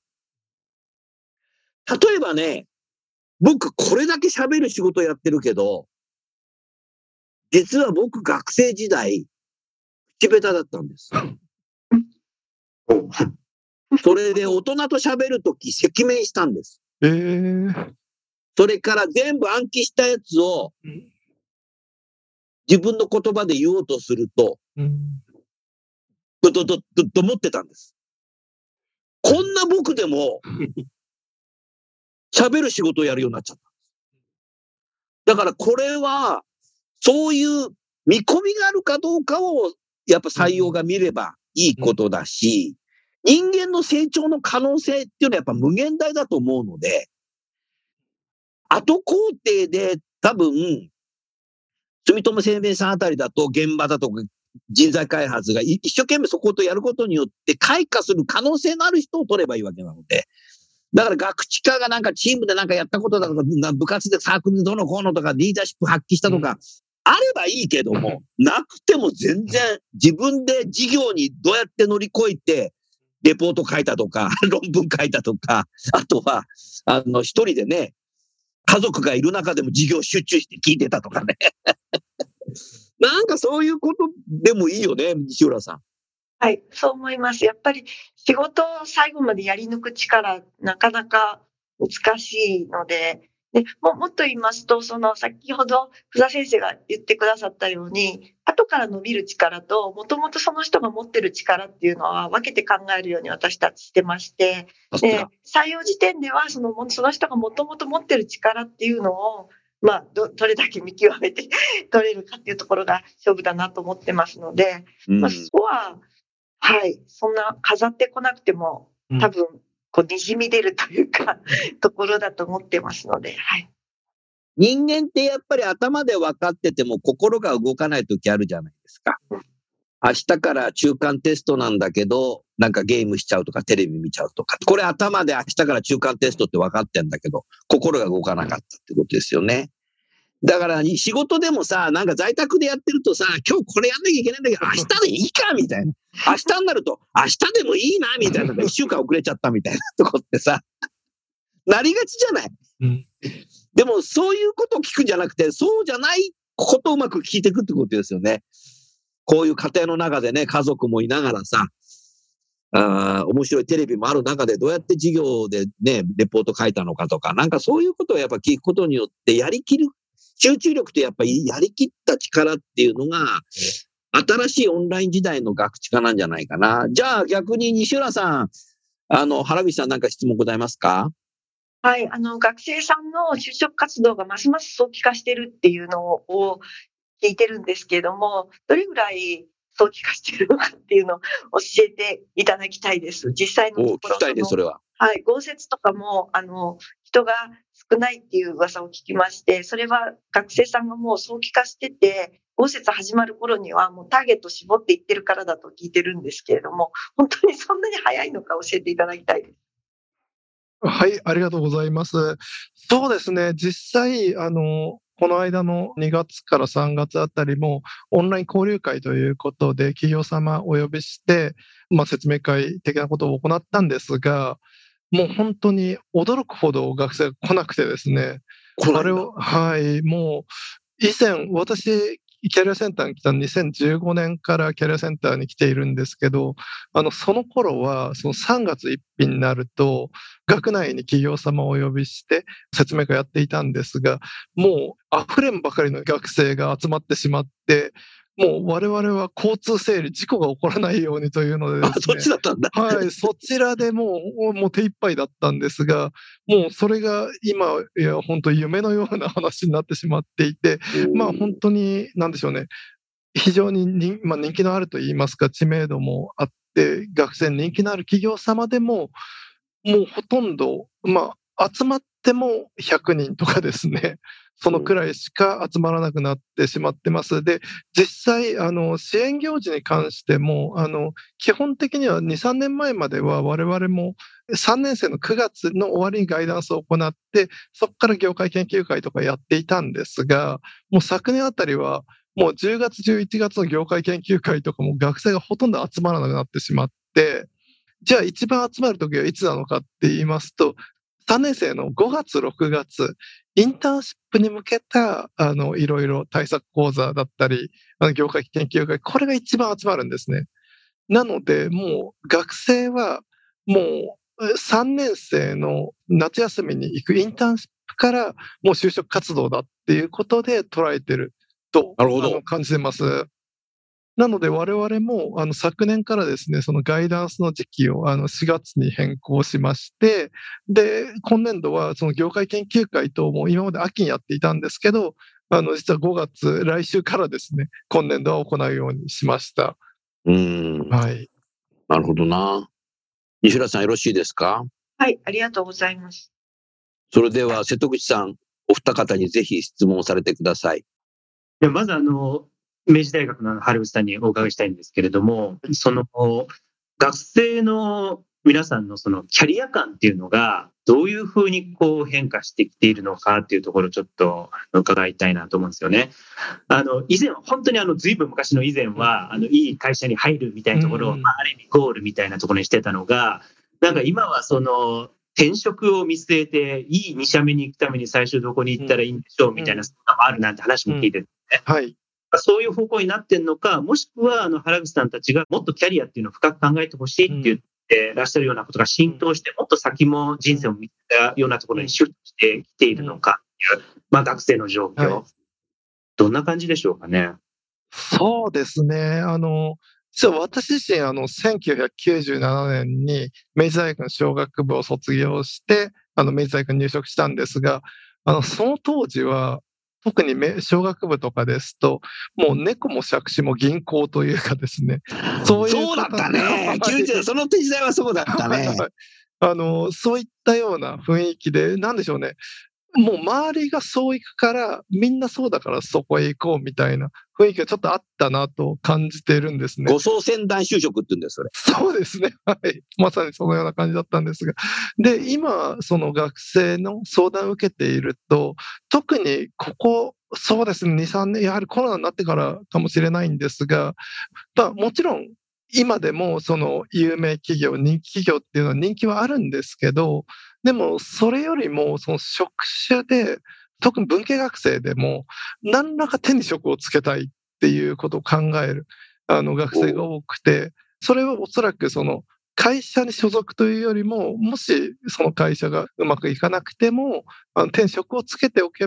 例えばね、僕これだけ喋る仕事やってるけど、実は僕学生時代、口下手だったんです。それで大人と喋るとき赤面したんです。 えーそれから全部暗記したやつを自分の言葉で言おうとすると、ドドドドド持ってたんです。こんな僕でも喋る仕事をやるようになっちゃった。だからこれはそういう見込みがあるかどうかをやっぱ採用が見ればいいことだし、人間の成長の可能性っていうのはやっぱ無限大だと思うので、後工程で多分、住友生命さんあたりだと現場だとか人材開発が一生懸命そことやることによって開花する可能性のある人を取ればいいわけなので。だから学知化がなんかチームでなんかやったことだとか、部活でサークルでどのこうのとかリーダーシップ発揮したとか、うん、あればいいけども、なくても全然自分で事業にどうやって乗り越えて、レポート書いたとか、論文書いたとか、あとは、あの、一人でね、家族がいる中でも授業集中して聞いてたとかね。なんかそういうことでもいいよね、西浦さん。 はい、そう思います。やっぱり仕事を最後までやり抜く力、なかなか難しいので、でも, もっと言いますと、その先ほど福田先生が言ってくださったように、後から伸びる力と、もともとその人が持ってる力っていうのは分けて考えるように私たちしてまして、で採用時点ではその、その人がもともと持ってる力っていうのを、まあ、ど, どれだけ見極めて取れるかっていうところが勝負だなと思ってますので、うんまあ、そこは、はい、そんな飾ってこなくても、多分、こう、にじみ出るというか、ところだと思ってますので、はい。 人間ってやっぱり頭で分かってても心が動かないときあるじゃないですか。うん、明日から中間テストなんだけど、なんかゲームしちゃうとかテレビ見ちゃうとか。これ頭で明日から中間テストって分かってんだけど、心が動かなかったってことですよね。だから仕事でもさ、なんか在宅でやってるとさ、今日これやんなきゃいけないんだけど、明日でいいかみたいな。明日になると、明日でもいいなみたいな。一週間遅れちゃったみたいなとこってさ、なりがちじゃない、うん、でもそういうことを聞くんじゃなくて、そうじゃないことをうまく聞いていくってことですよね。こういう家庭の中でね、家族もいながらさ、あ面白いテレビもある中でどうやって授業でね、レポート書いたのかとか、なんかそういうことをやっぱ聞くことによってやりきる。集中力とやっぱりやりきった力っていうのが、新しいオンライン時代の学知化なんじゃないかな。じゃあ逆に西浦さん、 あの、原口さん、なんか質問ございますか？ はい、あの、学生さんの就職活動がますます早期化してるっていうのを聞いてるんですけれども、どれぐらい早期化してるのかっていうのを教えていただきたいです。実際のお聞ところ、 きたいです、それは。 はい、豪雪とかも、あの、人が少ないっていう噂を聞きまして、それは学生さんがもう早期化してて、豪雪始まる頃にはもうターゲット絞っていってるからだと聞いてるんですけれども、本当にそんなに早いのか教えていただきたいです。 はい、ありがとうございます。そうですね、実際、あの、この間のにがつからさんがつあたりも、オンライン交流会ということで、企業様お呼びして、まあ、説明会的なことを行ったんですが、もう本当に驚くほど学生が来なくてですね、 来ないんだあれを、はい、もう、以前、私、キャリアセンターに来たのにせんじゅうごねんからキャリアセンターに来ているんですけど、あの、その頃は、そのさんがつついたちになると、学内に企業様をお呼びして説明会やっていたんですが、もう溢れんばかりの学生が集まってしまって、もう我々は交通整理、事故が起こらないようにというのであ、 ですそっね、 ちだったんだ。 はい、そちらでもう、もう手一杯だったんですが、もうそれが今、いや、本当夢のような話になってしまっていて、まあ本当に、なんでしょうね、非常に人、まあ、人気のあるといいますか、知名度もあって、学生に人気のある企業様でも、もうほとんど、まあ、集まってもひゃくにんとかですね、そのくらいしか集まらなくなってしまってます。で、実際、あの、支援行事に関しても、あの、基本的にはに、さんねんまえまでは我々もさんねん生のくがつの終わりにガイダンスを行って、そこから業界研究会とかやっていたんですが、もう昨年あたりは、もうじゅうがつ、じゅういちがつの業界研究会とかも学生がほとんど集まらなくなってしまって、じゃあ一番集まるときはいつなのかって言いますと、さんねん生のごがつ、ろくがつ、インターンシップに向けた、あの、いろいろ対策講座だったり、あの業界研究会、これが一番集まるんですね。なので、もう学生は、もうさんねん生の夏休みに行くインターンシップから、もう就職活動だっていうことで捉えてると、 なるほどあの感じてます。なので我々もあの昨年からですね、そのガイダンスの時期をあのしがつに変更しまして、で、今年度はその業界研究会等も今まで秋にやっていたんですけど、あの実はごがつ、来週からですね、今年度は行うようにしました。 うーん。 はい。 なるほどな。西浦さんよろしいですか？ はい、ありがとうございます。 それでは瀬戸口さん、お二方にぜひ質問されてください。 でまずあの、明治大学の原口さんにお伺いしたいんですけれども、その学生の皆さんのそのキャリア感っていうのがどういうふうにこう変化してきているのかっていうところをちょっと伺いたいなと思うんですよね。あの以前は本当にあの随分昔の以前はあのいい会社に入るみたいなところを、まあ、ある意味ゴールみたいなところにしてたのが、なんか今はその転職を見据えていいに社目に行くために最初どこに行ったらいいんでしょうみたいなのもあるなんて話も聞いてて、ね、 はい。 そういう方向になってんのか、もしくはあの原口さんたちがもっとキャリアっていうのを深く考えてほしいって言ってらっしゃるようなことが浸透して、もっと先も人生を見たようなところにシュッとしてきているのかっていう、まあ、学生の状況、はい、どんな感じでしょうかね。 そうですね。あの、実は私自身、あの、せんきゅうひゃくきゅうじゅうななねんに明治大学の商学部を卒業して、あの、明治大学に入職したんですが、あの、その当時は、特に商学部とかですと、もう猫も杓子も銀行というかですね。 そういうそうだったね。きゅうじゅうその時代はそうだったね。 あの、そういったような雰囲気で、なんでしょうね。もう周りがそう行くから、みんなそうだからそこへ行こうみたいな雰囲気がちょっとあったなと感じているんですね。 護送船団就職って言うんです、それ。 そうですね。はい。まさにそのような感じだったんですが。で、今、その学生の相談を受けていると、特にここ、そうですね、に、さんねん、やはりコロナになってからかもしれないんですが、まあ、もちろん、今でもその有名企業、人気企業っていうのは人気はあるんですけど、でもそれよりもその職種で、特に文系学生でも何らか手に職をつけたいっていうことを考えるあの学生が多くて、それはおそらくその会社に所属というよりも、もしその会社がうまくいかなくても、あの転職をつけておけば、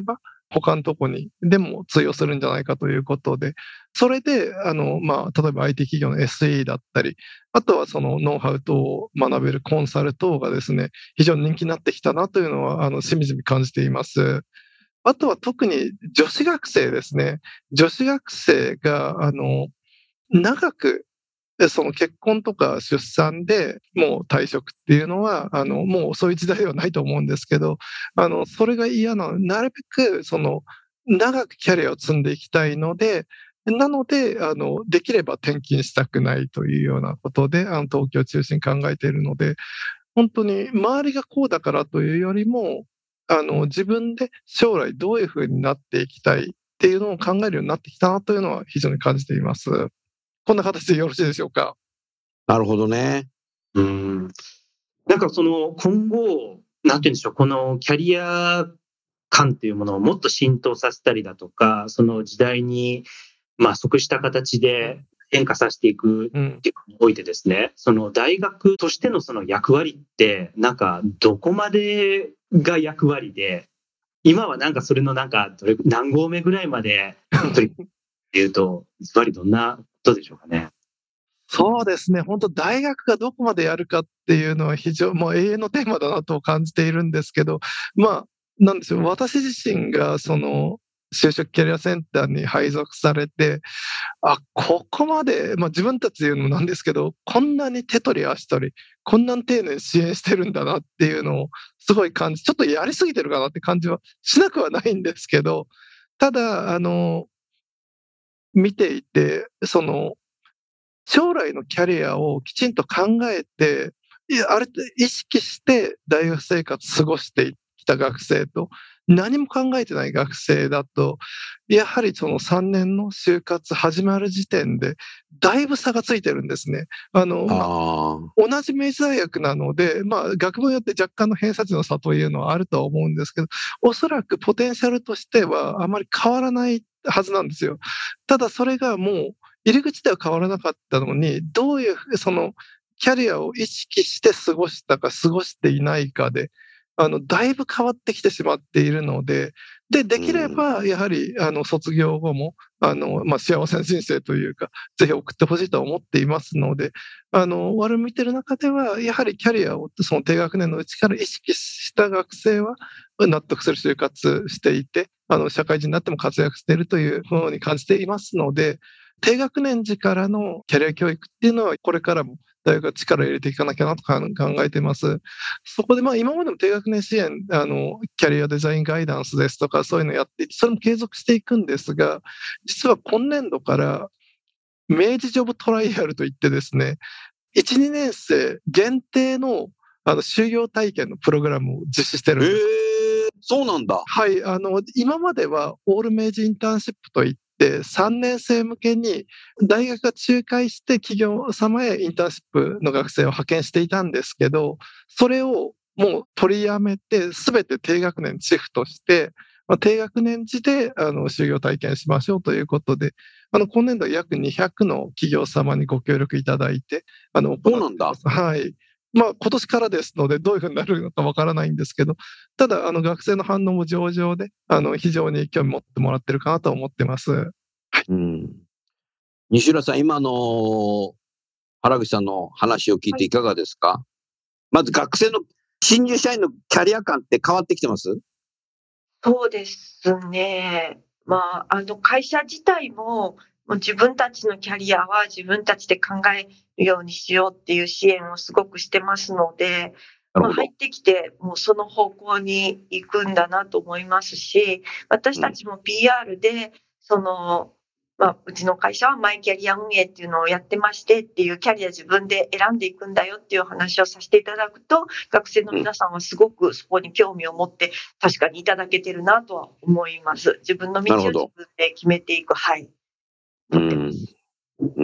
他のとこにでも通用するんじゃないかということで、それで、あの、まあ、例えば アイティー 企業の エスイー だったり、あとはそのノウハウ等を学べるコンサル等がですね、非常に人気になってきたなというのは、あの、しみじみ感じています。あとは特に女子学生ですね。女子学生が、あの、長く、その結婚とか出産でもう退職っていうのは、あの、もうそういう時代ではないと思うんですけど、あの、それが嫌なので、なるべく、その、長くキャリアを積んでいきたいので、なので、あの、できれば転勤したくないというようなことで、あの、東京を中心に考えているので、本当に周りがこうだからというよりも、あの、自分で将来どういうふうになっていきたいっていうのを考えるようになってきたなというのは非常に感じています。こんな形でよろしいでしょうか。 なるほどね。 うん。なんかその今後、なんて言うんでしょう、このキャリア感っていうものをもっと浸透させたりだとか、その時代にまあ即した形で変化させていくっていうのにおいてですね、その大学としてのその役割って、なんかどこまでが役割で、今はなんかそれのなんかどれ何合目ぐらいまで取り組むっていうと、ずばりどんなことでしょうかね。 そうですね。本当大学がどこまでやるかっていうのは非常、もう永遠のテーマだなと感じているんですけど、まあ、なんですよ。私自身がその就職キャリアセンターに配属されて、あ、ここまで、まあ自分たちで言うのもなんですけど、こんなに手取り足取り、こんなに丁寧に支援してるんだなっていうのをすごい感じ、ちょっとやりすぎてるかなって感じはしなくはないんですけど、ただ、あの、見ていて、その、将来のキャリアをきちんと考えて、いや、あれって意識して大学生活過ごしてきた学生と、何も考えてない学生だと、やはりそのさんねんの就活始まる時点で、だいぶ差がついてるんですね。あの、まあ、同じ明治大学なので、まあ、学部によって若干の偏差値の差というのはあるとは思うんですけど、おそらくポテンシャルとしてはあまり変わらないはずなんですよ。ただそれがもう、入り口では変わらなかったのに、どういう、その、キャリアを意識して過ごしたか過ごしていないかで、あの、だいぶ変わってきてしまっているので、で、できれば、やはり、あの、卒業後も、あの、まあ、幸せな人生というか、ぜひ送ってほしいと思っていますので、あの、我々見てる中では、やはりキャリアを、その低学年のうちから意識した学生は、納得する就活していて、あの、社会人になっても活躍しているというふうに感じていますので、低学年時からのキャリア教育っていうのは、これからも大学が力を入れていかなきゃなと考えています。そこで、まあ、今までも低学年支援、あの、キャリアデザインガイダンスですとか、そういうのをやっていて、それも継続していくんですが、実は今年度から、明治ジョブトライアルといってですね、いち、にねん生限定の、あの、就業体験のプログラムを実施してるんです。 へー、そうなんだ。 はい、あの、今まではオール明治インターンシップといって、でさんねん生向けに大学が仲介して企業様へインターンシップの学生を派遣していたんですけど、それをもう取りやめて全て低学年にシフトして、まあ、低学年時であの就業体験しましょうということで、あの今年度は約にひゃくの企業様にご協力いただいて、あのそうなんだ。 はい。まあ今年からですのでどういうふうになるのかわからないんですけど、ただあの学生の反応も上々で、あの非常に興味持ってもらってるかなと思ってます。はい。 うん。西浦さん、今の原口さんの話を聞いていかがですか？はい、まず学生の新入社員のキャリア感って変わってきてます？ そうですね。まあ、あの会社自体も、もう自分たちのキャリアは自分たちで考えるようにしようっていう支援をすごくしてますので、まあ、入ってきてもうその方向に行くんだなと思いますし、私たちも ピーアール で、その、まあ、うちの会社はマイキャリア運営っていうのをやってましてっていうキャリア自分で選んでいくんだよっていう話をさせていただくと、学生の皆さんはすごくそこに興味を持って確かにいただけてるなとは思います。自分の道を自分で決めていく。はい。 うん。うん。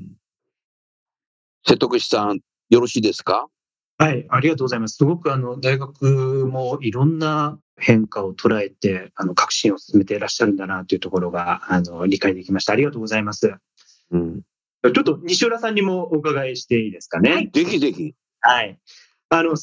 瀬戸口さん、よろしいですか？ はい、ありがとうございます。すごくあの大学もいろんな変化を捉えて、あの革新を進めていらっしゃるんだなというところがあの理解できました。ありがとうございます。うん、ちょっと西浦さんにもお伺いしていいですかね。 はい、ぜひぜひ。 はい。あのさっ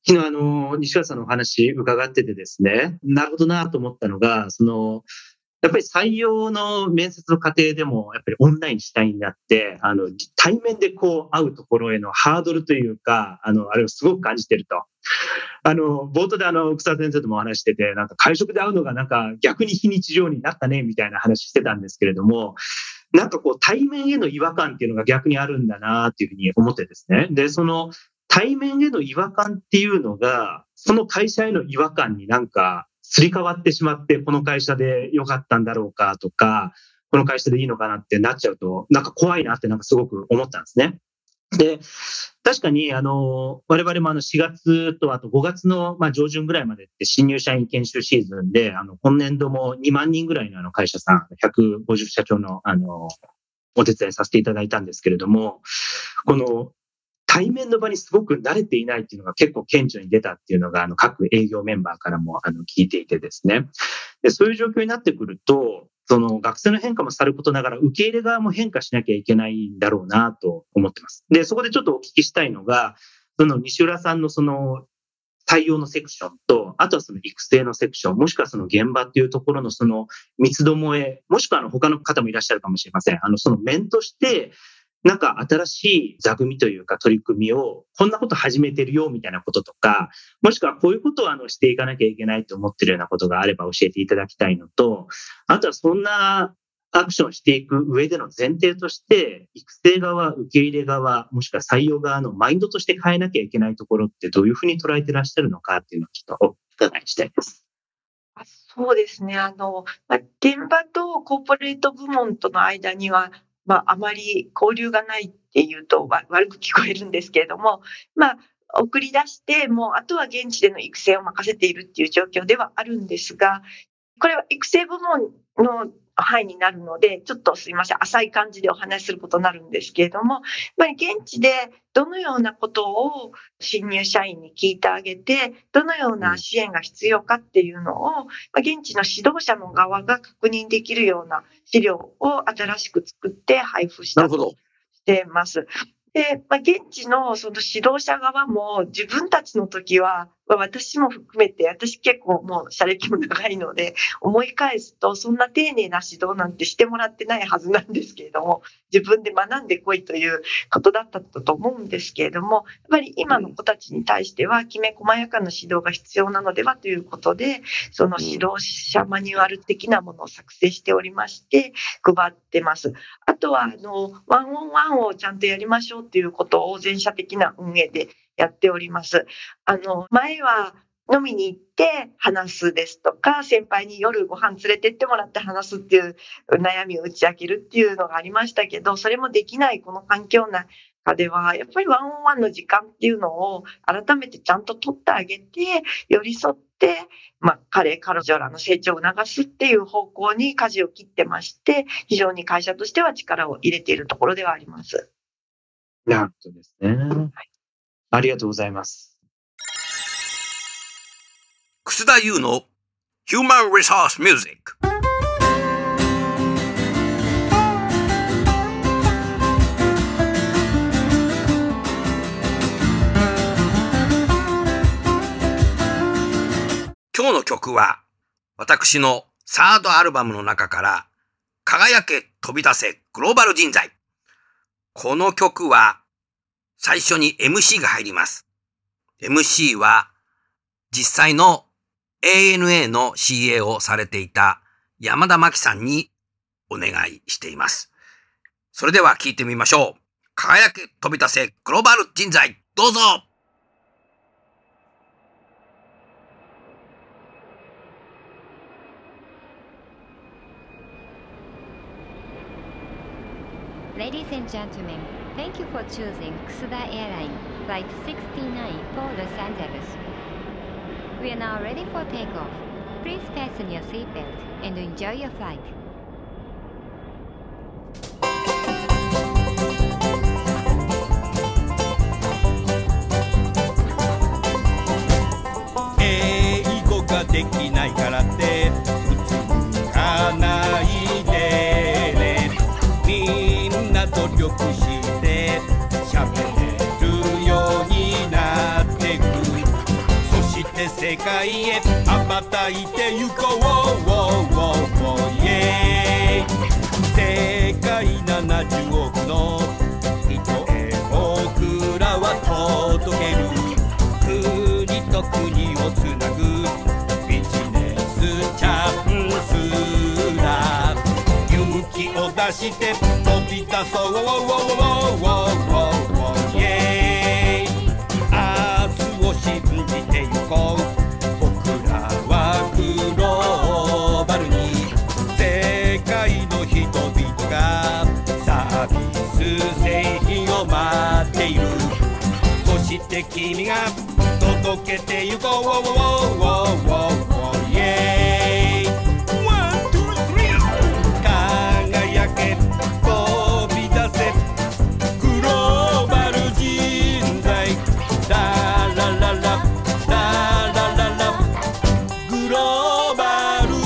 昨日あの、西川さんのお話伺っててですね、なるほどなと思ったのが、その、やっぱり採用の面接の過程でも、やっぱりオンライン主体になって、あの、対面でこう会うところへのハードルというか、あの、あれをすごく感じてると。あの、冒頭であの、草先生ともお話してて、なんか会食で会うのがなんか逆に非日常になったね、みたいな話してたんですけれども、なんかこう対面への違和感っていうのが逆にあるんだなっていうふうに思ってですね。で、その対面への違和感っていうのが、その会社への違和感になんかすり替わってしまって、この会社で良かったんだろうかとか、この会社でいいのかなってなっちゃうと、なんか怖いなってなんかすごく思ったんですね。で、確かに、あの、我々もあのしがつとあとごがつのまあ上旬ぐらいまでって新入社員研修シーズンで、あの、今年度もにまんにんぐらいのあの会社さん、ひゃくごじゅう社長のあの、お手伝いさせていただいたんですけれども、この対面の場にすごく慣れていないっていうのが結構顕著に出たっていうのが、あの、各営業メンバーからもあの聞いていてですね。で、そういう状況になってくると、その学生の変化もさることながら、受け入れ側も変化しなきゃいけないんだろうなと思ってます。で、そこでちょっとお聞きしたいのが、その西浦さんのその採用のセクションと、あとはその育成のセクション、もしくはその現場っていうところのその三つどもえ、もしくはあの他の方もいらっしゃるかもしれません。あの、その面として、なんか新しい座組というか取り組みを、こんなこと始めてるよみたいなこととか、もしくはこういうことをあのしていかなきゃいけないと思ってるようなことがあれば教えていただきたいのと、あとはそんなアクションをしていく上での前提として、育成側、受け入れ側、もしくは採用側のマインドとして変えなきゃいけないところってどういうふうに捉えてらっしゃるのかっていうのをちょっとお伺いしたいです。 あそうですね。あの、まあ、現場とコーポレート部門との間には、まあ、あまり交流がないっていうとわ悪く聞こえるんですけれども、まあ、送り出して、もうあとは現地での育成を任せているっていう状況ではあるんですが、これは育成部門の範囲になるので、ちょっとすいません、浅い感じでお話しすることになるんですけれども、やっぱり現地でどのようなことを新入社員に聞いてあげて、どのような支援が必要かっていうのを、現地の指導者の側が確認できるような資料を新しく作って配布したとしています。で、まあ、現地のその指導者側も自分たちの時は、まあ、私も含めて、私結構もう社歴も長いので、思い返すとそんな丁寧な指導なんてしてもらってないはずなんですけれども、自分で学んでこいということだったと思うんですけれども、やっぱり今の子たちに対してはきめ細やかな指導が必要なのではということで、その指導者マニュアル的なものを作成しておりまして、配ってます。あとは、あの、ワンオンワンをちゃんとやりましょうということを全社的な運営でやっております。あの、前は飲みに行って話すですとか、先輩に夜ご飯連れてってもらって話すっていう悩みを打ち明けるっていうのがありましたけど、それもできないこの環境の中では、やっぱりワンオンワンの時間っていうのを改めてちゃんと取ってあげて、寄り添って、まあ、彼、彼女らの成長を促すっていう方向に舵を切ってまして、非常に会社としては力を入れているところではあります。 なるほどですね。はい、ありがとうございます。 楠田優の Human Resource Music。今日の曲は私のサードアルバムの中から輝け飛び出せグローバル人材。この曲は最初に エムシー が入ります。エムシー は実際の エーエヌエー の シーエー をされていた山田真紀さんにお願いしています。それでは聞いてみましょう。輝け飛び出せグローバル人材。どうぞ。 Ladies and gentlemen, thank you for choosing Ksuda Airline Flight sixty-nine for Los Angeles. We are now ready for takeoff. Please fasten your seatbelt and enjoy your flight. 英語ができないからって普通に行かないでね。みんな努力して喋れるようになってく。 世界へ羽ばたいてゆこう、イエーイ。世界ななじゅうおくの人へ僕らは届ける、国と国をつなぐビジネスチャンスだ。勇気を出して飛び出そう、イエーイ。明日を信じてゆこう、僕らはグローバルに世界の人々がサービス製品を待っている。そして君が届けてゆこう、イエーイ。ワン、ツー、スリー。輝け飛び出せグローバル人材。ララララララララグローバル。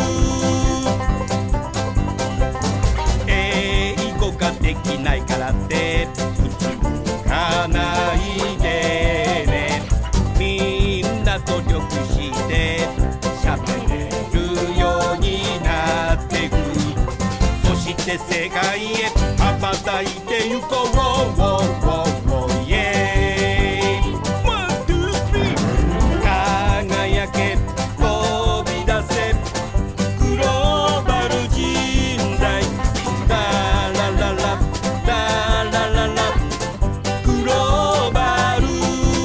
英語ができないからってうつかないでね。みんな努力して喋れるようになっていく。そして世界へ羽ばたいてゆこう、イエーイ。ワン、ツー、スリー。輝け飛び出せグローバル人材。ララララララララグローバル。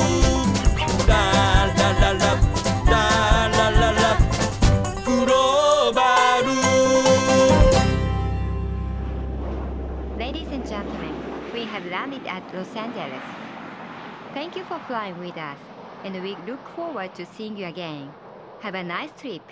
ララララララララグローバル。 Ladies and gentlemen, we have landed at Los Angeles. Thank you for flying with us, and we look forward to seeing you again. Have a nice trip.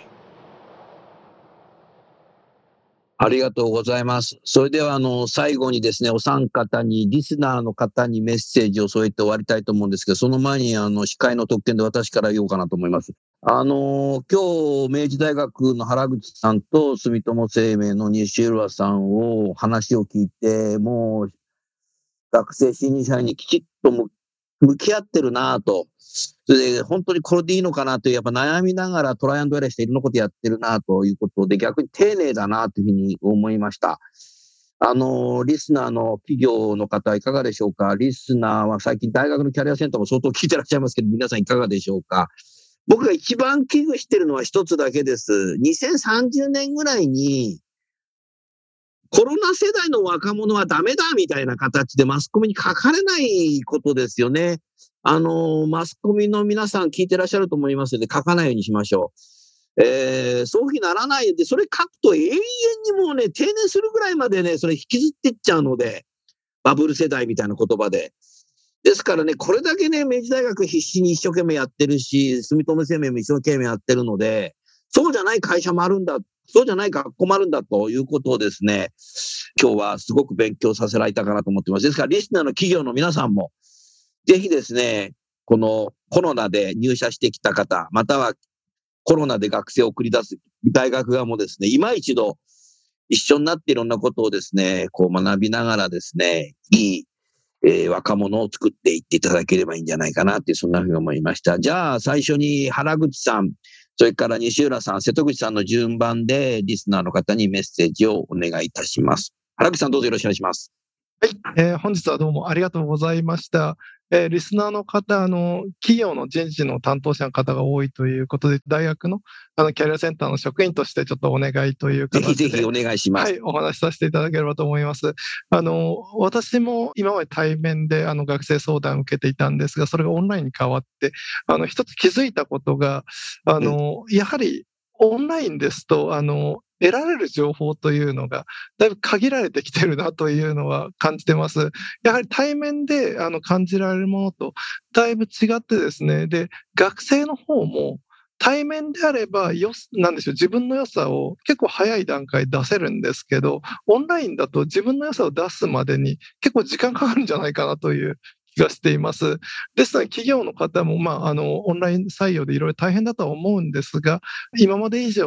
ありがとうございます。それでは、あの、最後にですね、お三方に、リスナーの方にメッセージを添えて終わりたいと思うんですけど、その前に、あの、司会の特権で私から言おうかなと思います。あの、今日、明治大学の原口さんと住友生命の西浦さんを話を聞いて、もう、学生新入社員にきちっと向向き合ってるなぁと。それで、本当にこれでいいのかなという、やっぱ悩みながらトライアンドエラーしていろんなことやってるなということで、逆に丁寧だなというふうに思いました。あの、リスナーの企業の方いかがでしょうか。リスナーは最近大学のキャリアセンターも相当聞いてらっしゃいますけど、皆さんいかがでしょうか。僕が一番危惧してるのは一つだけです。にせんさんじゅうねんぐらいに、コロナ世代の若者はダメだみたいな形でマスコミに書かれないことですよね。あの、マスコミの皆さん聞いてらっしゃると思いますので書かないようにしましょう。えー、そういうふうにならないで、それ書くと永遠にもうね、定年するぐらいまでね、それ引きずっていっちゃうので、バブル世代みたいな言葉で。ですからね、これだけね、明治大学必死に一生懸命やってるし、住友生命も一生懸命やってるので、そうじゃない会社もあるんだ、そうじゃない学校もあるんだということをですね、今日はすごく勉強させられたかなと思ってます。ですから、リスナーの企業の皆さんも、ぜひですね、このコロナで入社してきた方、またはコロナで学生を送り出す大学側もですね、今一度一緒になっていろんなことをですね、こう学びながらですね、いい、えー、若者を作っていっていただければいいんじゃないかなって、そんなふうに思いました。じゃあ、最初に原口さん、それから西浦さん、瀬戸口さんの順番でリスナーの方にメッセージをお願いいたします。原口さん、どうぞよろしくお願いします。 はい、えー、本日はどうもありがとうございました。えー、リスナーの方、あの、企業の人事の担当者の方が多いということで、大学の、あの、キャリアセンターの職員としてちょっとお願いという形で。 ぜひぜひお願いします。 はい、お話しさせていただければと思います。あの、私も今まで対面で、あの、学生相談を受けていたんですが、それがオンラインに変わって、あの、一つ気づいたことが、あの、やはり、オンラインですと、あの、得られる情報というのがだいぶ限られてきてるなというのは感じてます。やはり対面であの感じられるものとだいぶ違ってですね、で、学生の方も対面であればよ、なんでしょう、自分の良さを結構早い段階で出せるんですけど、オンラインだと自分の良さを出すまでに結構時間かかるんじゃないかなという気がしています。ですので、企業の方も、まあ、あの、オンライン採用でいろいろ大変だとは思うんですが、今まで以上に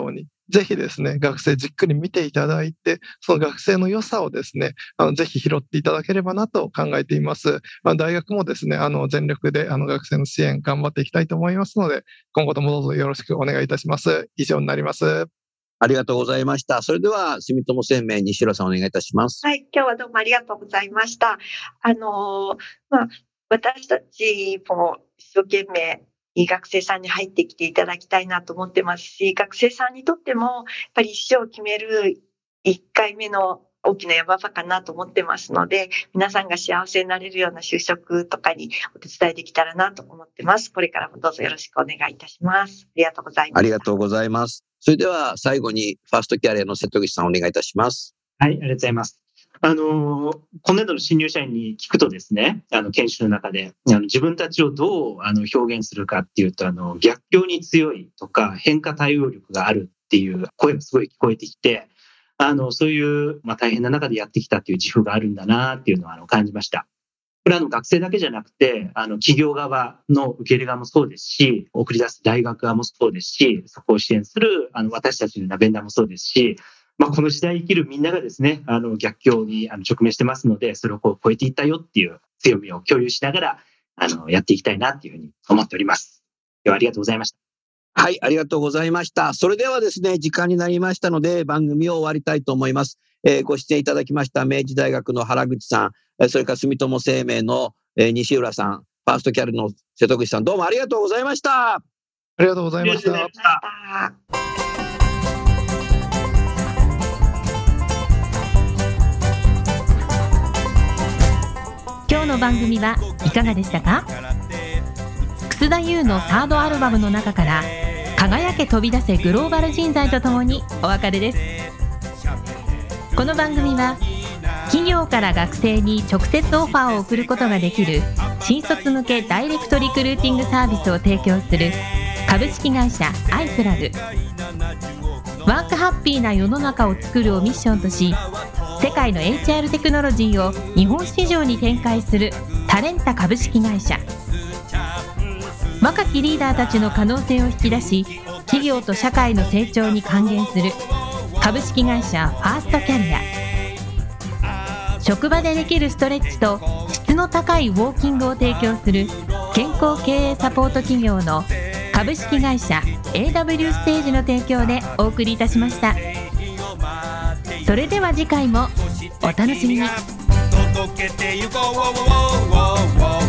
ぜひですね、学生じっくり見ていただいて、その学生の良さをですね、あのぜひ拾っていただければなと考えています。まあ、大学もですね、あの全力であの学生の支援頑張っていきたいと思いますので、今後ともどうぞよろしくお願いいたします。以上になります。 ありがとうございました。それでは、住友生命、西浦さんお願いいたします。 はい、今日はどうもありがとうございました。あのー、まあ、私たちも一生懸命、いい学生さんに入ってきていただきたいなと思ってますし、学生さんにとっても、やっぱり一生を決めるいっかいめの大きな山場かなと思ってますので、皆さんが幸せになれるような就職とかにお手伝いできたらなと思ってます。これからもどうぞよろしくお願いいたします。ありがとうございます。 ありがとうございます。それでは最後にファーストキャリアの瀬戸口さんお願いいたします。 はい、ありがとうございます。あの、今年度の新入社員に聞くとですね、あの、研修の中で、あの自分たちをどうあの表現するかっていうと、あの、逆境に強いとか、変化対応力があるっていう声がすごい聞こえてきて、あの、そういう、まあ、大変な中でやってきたっていう自負があるんだなっていうのをあの感じました。これはあの学生だけじゃなくて、あの企業側の受け入れ側もそうですし、送り出す大学側もそうですし、そこを支援するあの私たちのようなベンダーもそうですし、まあ、この時代生きるみんながですね、あの逆境にあの直面してますので、それをこう超えていったよっていう強みを共有しながら、あのやっていきたいなっていうふうに思っております。ではありがとうございました。 はい、ありがとうございました。それではですね、時間になりましたので、番組を終わりたいと思います。えー、ご出演いただきました明治大学の原口さん、それから住友生命の西浦さん、ファーストキャリアの瀬戸口さん、どうもありがとうございました。 ありがとうございました。 今日の番組はいかがでしたか？楠田優のサードアルバムの中から輝け飛び出せグローバル人材とともにお別れです。この番組は企業から学生に直接オファーを送ることができる新卒向けダイレクトリクルーティングサービスを提供する株式会社アイプラグ、ワークハッピーな世の中を作るをミッションとし、世界の エイチアール テクノロジーを日本市場に展開するタレンタ株式会社、若きリーダーたちの可能性を引き出し、企業と社会の成長に還元する株式会社ファーストキャリア、職場でできるストレッチと質の高いウォーキングを提供する健康経営サポート企業の株式会社 エーダブリュー ステージの提供でお送りいたしました。それでは次回もお楽しみに。届けてゆこう